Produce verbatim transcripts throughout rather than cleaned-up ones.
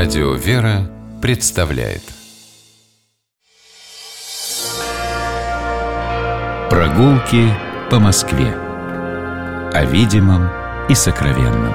Радио «Вера» представляет Прогулки по Москве. О видимом и сокровенном.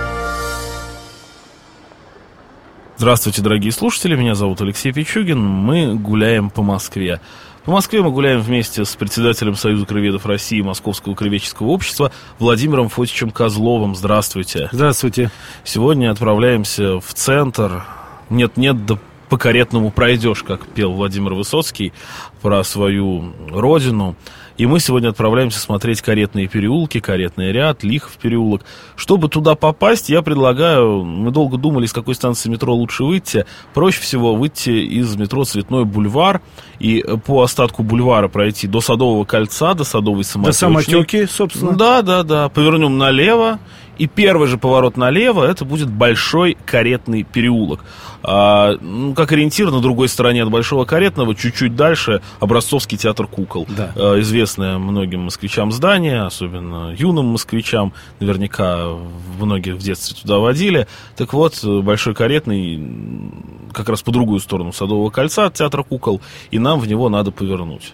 Здравствуйте, дорогие слушатели, меня зовут Алексей Пичугин. Мы гуляем по Москве. По Москве мы гуляем вместе с председателем Союза краеведов России Московского краеведческого общества Владимиром Фотичем Козловым. Здравствуйте. Здравствуйте. Сегодня отправляемся в центр. Нет-нет, да по каретному пройдешь, как пел Владимир Высоцкий про свою родину. И мы сегодня отправляемся смотреть каретные переулки, каретный ряд, Лихов переулок. Чтобы туда попасть, я предлагаю, мы долго думали, с какой станции метро лучше выйти. Проще всего выйти из метро Цветной бульвар и по остатку бульвара пройти до Садового кольца, до Садовой самотечной. До Самотеки, собственно. Да, да, да. Повернем налево. И первый же поворот налево, это будет Большой каретный переулок. А, ну, как ориентир, на другой стороне от Большого каретного, чуть-чуть дальше, Образцовский театр кукол. Да. А, известное многим москвичам здание, особенно юным москвичам. Наверняка многих в детстве туда водили. Так вот, Большой каретный как раз по другую сторону Садового кольца от театра кукол, и нам в него надо повернуть.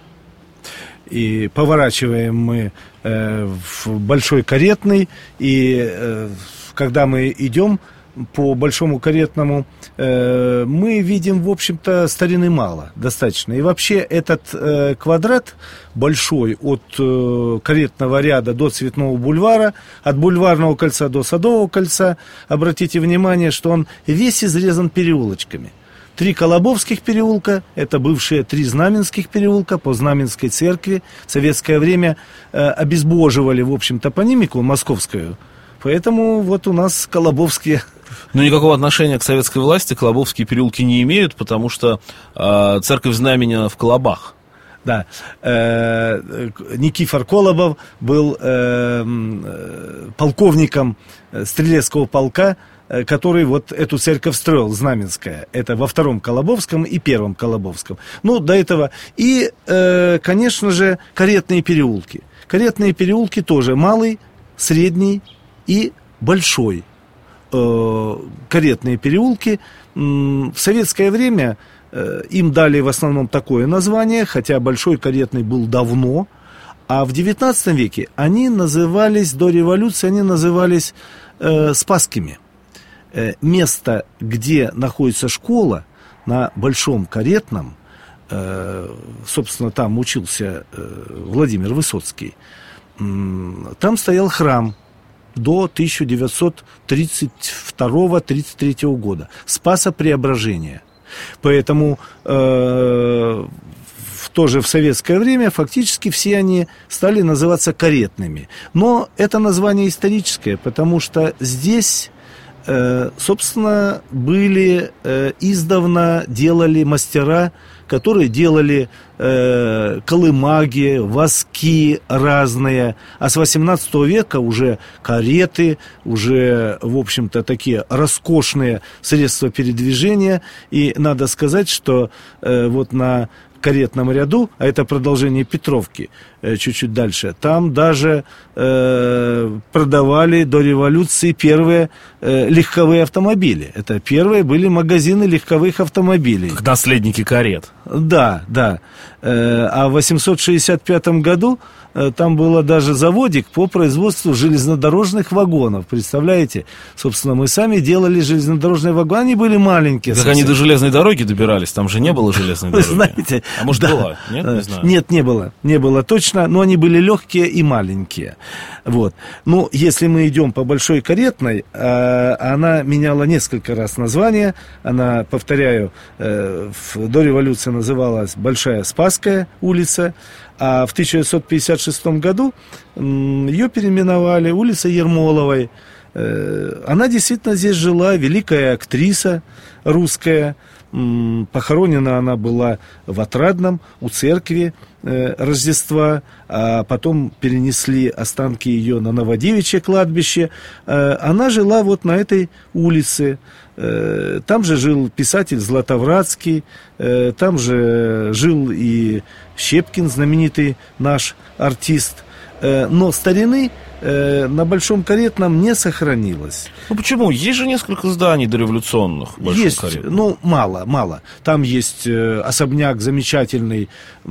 И поворачиваем мы э, в Большой каретный, и э, когда мы идем по Большому каретному, э, мы видим, в общем-то, старины мало, достаточно. И вообще этот э, квадрат большой от э, каретного ряда до Цветного бульвара, от Бульварного кольца до Садового кольца, обратите внимание, что он весь изрезан переулочками. Три Колобовских переулка, это бывшие три Знаменских переулка по Знаменской церкви. В советское время э, обезбоживали, в общем, топонимику московскую. Поэтому вот у нас Колобовские. Но никакого отношения к советской власти Колобовские переулки не имеют, потому что э, церковь Знамения в Колобах. Да, э, Никифор Колобов был э, э, полковником Стрелецкого полка, который вот эту церковь строил, Знаменская. Это во втором Колобовском и первом Колобовском. Ну, до этого. И, э, конечно же, каретные переулки. Каретные переулки тоже малый, средний и большой. Э, каретные переулки. В советское время э, им дали в основном такое название, хотя Большой каретный был давно. А в девятнадцатом веке они назывались, до революции, они назывались э, Спасскими. Место, где находится школа, на Большом каретном, собственно, там учился Владимир Высоцкий, там стоял храм до тысяча девятьсот тридцать второго — тридцать третьего года, Спаса Преображения. Поэтому э, тоже в советское время фактически все они стали называться каретными. Но это название историческое, потому что здесь... собственно, были э, издавна делали мастера, которые делали э, колымаги, воски разные. А с восемнадцатого века уже кареты, уже, в общем-то, такие роскошные средства передвижения. И надо сказать, что э, вот на каретном ряду, а это продолжение Петровки, э, чуть-чуть дальше, там даже э, продавали до революции первые э, легковые автомобили. Это первые были магазины легковых автомобилей. Как наследники карет. Да, да. Э, а в восемьсот шестьдесят пятом году э, там был даже заводик по производству железнодорожных вагонов. Представляете? Собственно, мы сами делали железнодорожные вагоны. Они были маленькие. Как совсем. они до железной дороги добирались? Там же не было железной дороги. Вы знаете... А может, да. была? Нет, не знаю. Нет, не было. Не было точно, но они были легкие и маленькие. Вот. Ну, если мы идем по Большой каретной, э, она меняла несколько раз название. Она, повторяю, э, в, до революции называлась Большая Спасская улица. А в тысяча девятьсот пятьдесят шестом году э, ее переименовали улица Ермоловой. Э, она действительно здесь жила, великая актриса русская. Похоронена она была в Отрадном, у церкви э, Рождества, а потом перенесли останки ее на Новодевичье кладбище. Э, она жила вот на этой улице. Э, там же жил писатель Златовратский, э, там же жил и Щепкин, знаменитый наш артист. Э, но старины э, на Большом Каретном не сохранилось. Ну почему? Есть же несколько зданий дореволюционных в Большом Есть, Каретном. ну мало, мало. Там есть э, особняк замечательный,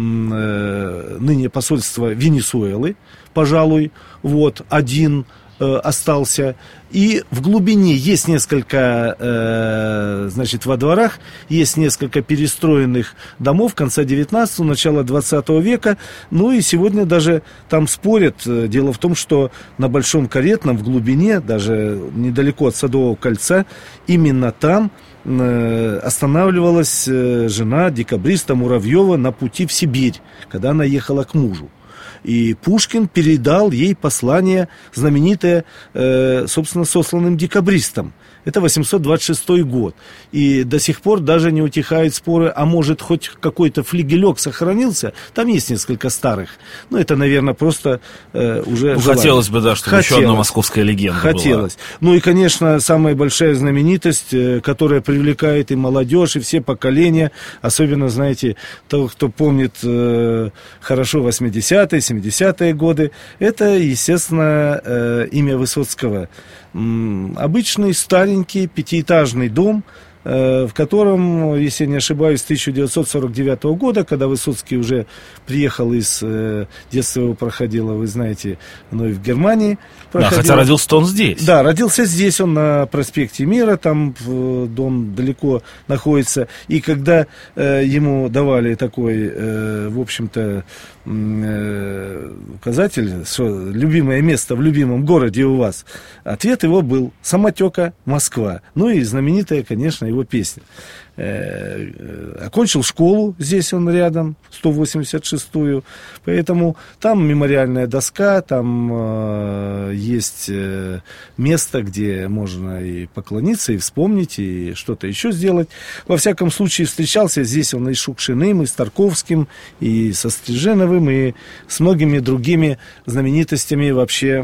э, ныне посольство Венесуэлы, пожалуй, вот, один э, остался. И в глубине есть несколько, э, значит, во дворах есть несколько перестроенных домов конца девятнадцатого, начала двадцатого века. Ну и сегодня даже там спорят. Дело в том, что на Большом Каретном в глубине, даже недалеко от Садового кольца, именно там э, останавливалась э, жена декабриста Муравьева на пути в Сибирь, когда она ехала к мужу. И Пушкин передал ей послание, знаменитое, э, собственно, сосланным декабристам. Это восемьсот двадцать шестой год. И до сих пор даже не утихают споры, а может, хоть какой-то флигелек сохранился. Там есть несколько старых. Но это, наверное, просто э, уже ну, желание. Хотелось бы, да, чтобы хотелось. Еще одна московская легенда Хотелось. была. Ну и, конечно, самая большая знаменитость, э, которая привлекает и молодежь, и все поколения. Особенно, знаете, того, кто помнит э, хорошо восьмидесятые, семидесятые годы. Это, естественно, э, имя Высоцкого. М- обычный старенький пятиэтажный дом, э, в котором, если я не ошибаюсь, с тысяча девятьсот сорок девятого года, когда Высоцкий уже приехал из э, детства, его проходило, вы знаете, ну и в Германии проходило. Да, хотя родился он здесь. Да, родился здесь, он на проспекте Мира, там э, дом далеко находится. И когда э, ему давали такой, э, в общем-то, э, указатель, что любимое место в любимом городе у вас, ответ его был «Самотека, Москва». Ну и знаменитая, конечно, его песня. Э, э, окончил школу, здесь он рядом, сто восемьдесят шестую, поэтому там мемориальная доска, там э, есть э, место, где можно и поклониться, и вспомнить, и что-то еще сделать. Во всяком случае, встречался здесь он и с Шукшиным, и с Тарковским, и со Стриженовым, и с многими другими знаменитостями вообще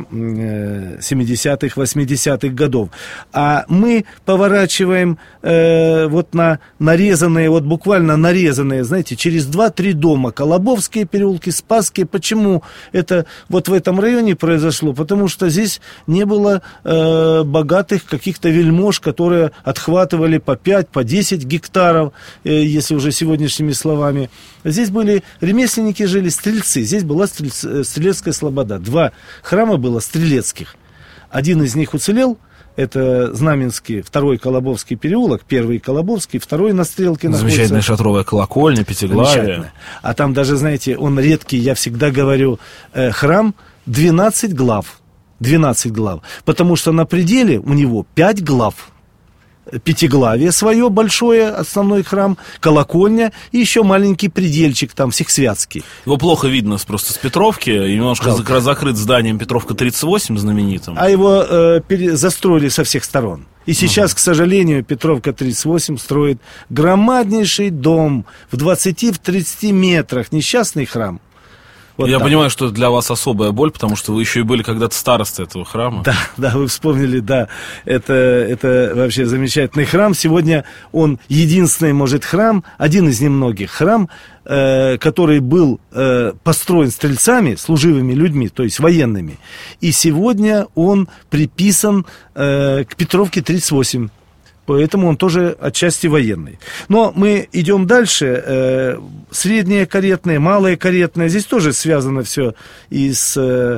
э, семидесятых, восьмидесятых годов. А мы поворачиваем э, вот на нарезанные, вот буквально нарезанные, знаете, через два-три дома, Колобовские переулки, Спасские. Почему это вот в этом районе произошло? Потому что здесь не было э, богатых каких-то вельмож, которые отхватывали по пять, по десять гектаров, э, если уже сегодняшними словами. Здесь были ремесленники, жили стрельцы. Здесь была стрельц, стрелецкая слобода. Два храма было стрелецких. Один из них уцелел. Это Знаменский, второй Колобовский переулок, первый Колобовский, второй на Стрелке находится. Замечательная шатровая колокольня, пятиглавие. А там даже, знаете, он редкий, я всегда говорю, э, храм двенадцать глав. двенадцать глав. Потому что на пределе у него пять глав. Пятиглавие свое большое, основной храм, колокольня и еще маленький предельчик там, Всехсвятский. Его плохо видно просто с Петровки, и немножко Жалко. закрыт зданием Петровка тридцать восемь знаменитым. А его э, пере... застроили со всех сторон. И сейчас, uh-huh. к сожалению, Петровка тридцать восемь строит громаднейший дом в двадцати-тридцати метрах, несчастный храм. Вот Я так. понимаю, что для вас особая боль, потому что вы еще и были когда-то старостой этого храма. Да, да, вы вспомнили, да. Это, это вообще замечательный храм. Сегодня он единственный, может, храм, один из немногих храм, э, который был э, построен стрельцами, служивыми людьми, то есть военными. И сегодня он приписан э, к Петровке тридцать восемь. Поэтому он тоже отчасти военный. Но мы идем дальше. Э, среднее каретное, малое каретное. Здесь тоже связано все и с, э,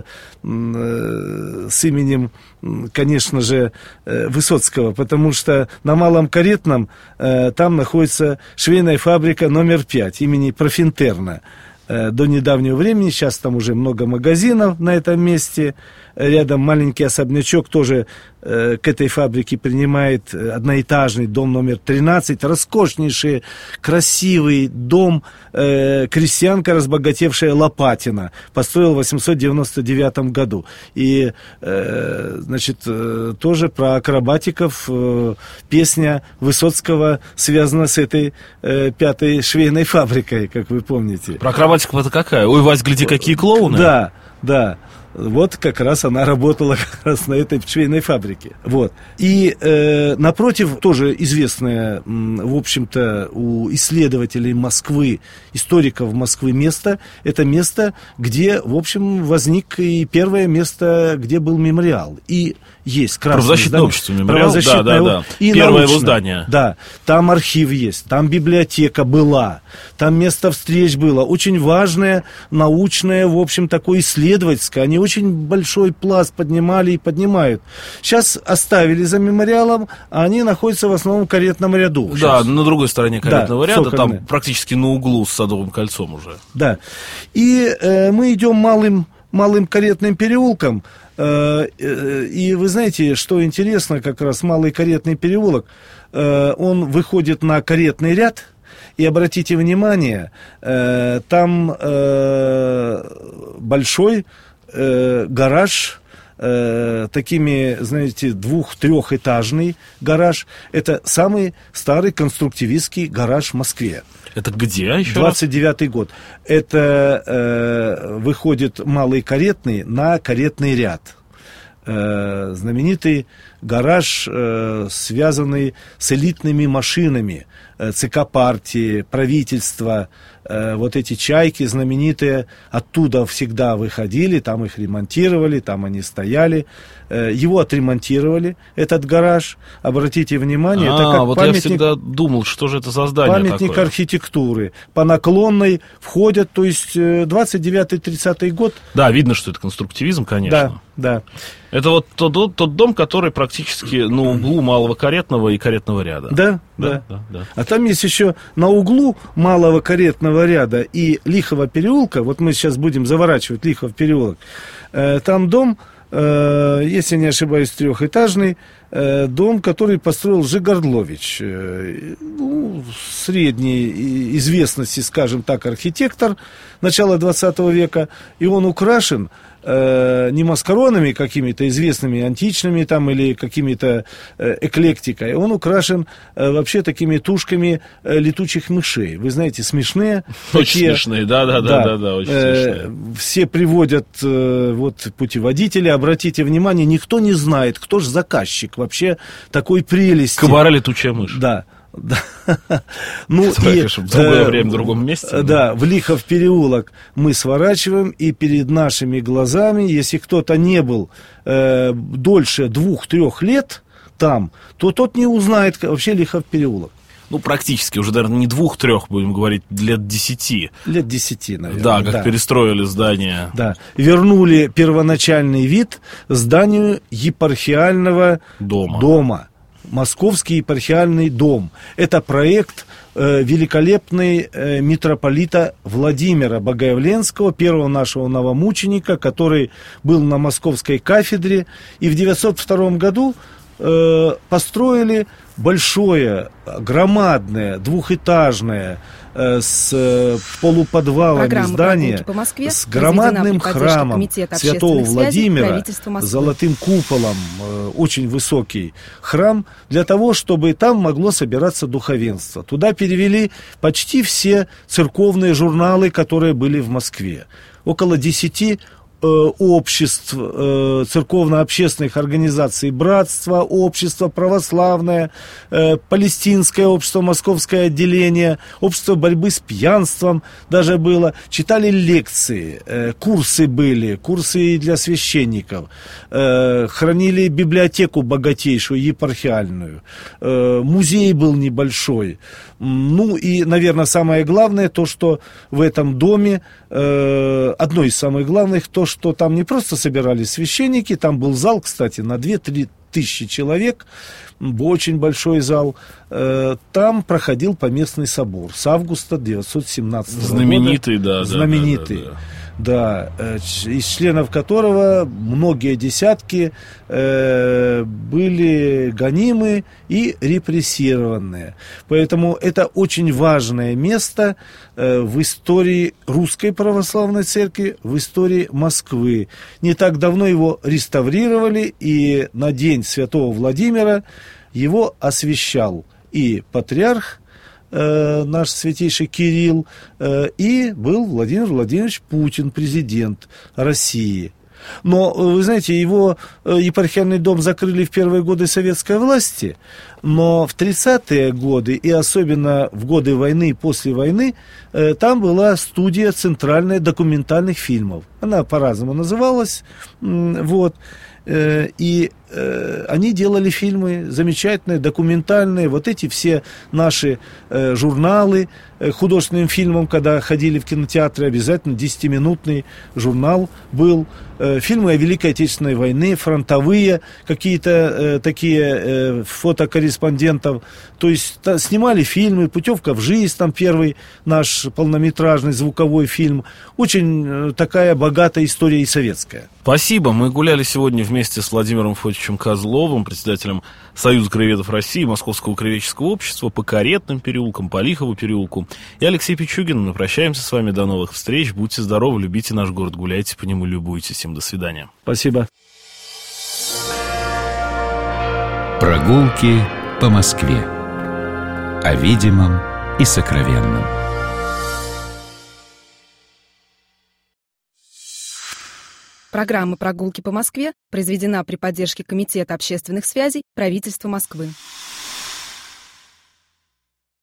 э, с именем, конечно же, э, Высоцкого. Потому что на Малом Каретном э, там находится швейная фабрика номер пять имени Профинтерна. Э, до недавнего времени, сейчас там уже много магазинов на этом месте. Рядом маленький особнячок тоже э, к этой фабрике принимает одноэтажный дом номер тринадцать. Роскошнейший, красивый дом. Э, крестьянка, разбогатевшая Лопатина. Построил в восемьсот девяносто девятом году. И, э, значит, э, тоже про акробатиков э, песня Высоцкого связана с этой э, пятой швейной фабрикой, как вы помните. Про акробатику это какая? Ой, Вась, гляди, какие клоуны. Да, да. Вот как раз она работала как раз на этой швейной фабрике. Вот. И э, напротив, тоже известное, в общем-то, у исследователей Москвы, историков Москвы место, это место, где, в общем, возник и первое место, где был мемориал. И есть красное Правозащитное здание. общество мемориал, да, да, да. И первое научное. Его здание. Да, там архив есть, там библиотека была, там место встреч было. Очень важное, научное, в общем, такое исследовательское. Они очень большой пласт поднимали и поднимают. Сейчас оставили за мемориалом, а они находятся в основном в каретном ряду. Да, сейчас. на другой стороне каретного Да, ряда, Сокольное. там практически на углу с Садовым кольцом уже. Да. И э, мы идем малым, малым каретным переулком. Э, э, и вы знаете, что интересно, как раз малый каретный переулок, э, он выходит на каретный ряд. И обратите внимание, э, там э, большой э, гараж, э, такими, знаете, двух-трехэтажный гараж. Это самый старый конструктивистский гараж в Москве. Это где еще двадцать девятый год. Это э, выходит малый каретный на каретный ряд. Э, знаменитый гараж, э, связанный с элитными машинами. ЦК партии, правительства, э, вот эти чайки знаменитые, оттуда всегда выходили, там их ремонтировали, там они стояли. Э, его отремонтировали, этот гараж. Обратите внимание, а, это как вот памятник, я всегда думал, что же это за здание памятник такое. архитектуры. По наклонной входят, то есть двадцать девятый тридцатый год. Да, видно, что это конструктивизм, конечно. Да, да. Это вот тот, тот дом, который практически на углу Малого Каретного и Каретного ряда. Да, да, да. да, да. А там есть еще на углу Малого Каретного ряда и Лихого переулка, вот мы сейчас будем заворачивать Лихов переулок, э, там дом, э, если не ошибаюсь, трехэтажный, э, дом, который построил Жигардлович, э, ну, средней известности, скажем так, архитектор начала двадцатого века, и он украшен не маскаронами какими-то известными, античными там, или какими-то э, эклектикой. Он украшен э, вообще такими тушками э, летучих мышей. Вы знаете, смешные. Очень такие, смешные, да-да-да, да, да, очень э, смешные. Все приводят э, вот путеводители, обратите внимание, никто не знает, кто же заказчик вообще такой прелести. Кабара летучая мышь. Да. Да. Ну, Которая, и, конечно, в другое э, время, в другом месте. Да, Да, в Лихов переулок мы сворачиваем, и перед нашими глазами, если кто-то не был э, дольше двух-трех лет там, то тот не узнает вообще Лихов переулок. Ну, практически, уже, наверное, не двух-трех, будем говорить, лет десяти. Лет десяти, наверное. Да, как да. перестроили здание. Да, вернули первоначальный вид зданию епархиального Дома. дома. Московский епархиальный дом. Это проект э, великолепный э, митрополита Владимира Богоявленского, первого нашего новомученика, который был на московской кафедре. И в девятьсот втором году э, построили большое, громадное, двухэтажное, э, с э, полуподвалами Программа здание, по Москве с громадным храмом Святого Владимира, с золотым куполом, э, очень высокий храм, для того, чтобы там могло собираться духовенство. Туда перевели почти все церковные журналы, которые были в Москве. Около десяти обществ, церковно-общественных организаций, братство, общество православное, палестинское общество, московское отделение, общество борьбы с пьянством даже было. Читали лекции, курсы были, курсы для священников, хранили библиотеку богатейшую, епархиальную, музей был небольшой. Ну и, наверное, самое главное, то, что в этом доме, одно из самых главных, то, что там не просто собирались священники, там был зал, кстати, на две-три тысячи человек, очень большой зал. Там проходил поместный собор с августа девятьсот семнадцатого знаменитый, года. Да, знаменитый, да. Да, из членов которого многие десятки э, были гонимы и репрессированные. Поэтому это очень важное место э, в истории Русской Православной Церкви, в истории Москвы. Не так давно его реставрировали, и на День Святого Владимира его освящал и патриарх, наш святейший Кирилл, и был Владимир Владимирович Путин, президент России. Но, вы знаете, его епархиальный дом закрыли в первые годы советской власти, но в тридцатые годы и особенно в годы войны и после войны там была студия центральная документальных фильмов. Она по-разному называлась, вот. И э, они делали фильмы замечательные, документальные. Вот эти все наши э, журналы э, художественным фильмам, когда ходили в кинотеатры, обязательно десятиминутный журнал был. Э, фильмы о Великой Отечественной войне, фронтовые какие-то э, такие э, фотокорреспондентов. То есть та, снимали фильмы, «Путевка в жизнь», там первый наш полнометражный звуковой фильм. Очень э, такая богатая история и советская. Спасибо. Мы гуляли сегодня вместе с Владимиром Фотичем Козловым, председателем Союза краеведов России, Московского краеведческого общества, по Каретным переулкам, по Лихову переулку. И Алексей Пичугин. Мы прощаемся с вами. До новых встреч. Будьте здоровы, любите наш город, гуляйте по нему, любуйтесь им. До свидания. Спасибо. Прогулки по Москве. О видимом и сокровенном. Программа «Прогулки по Москве» произведена при поддержке Комитета общественных связей правительства Москвы.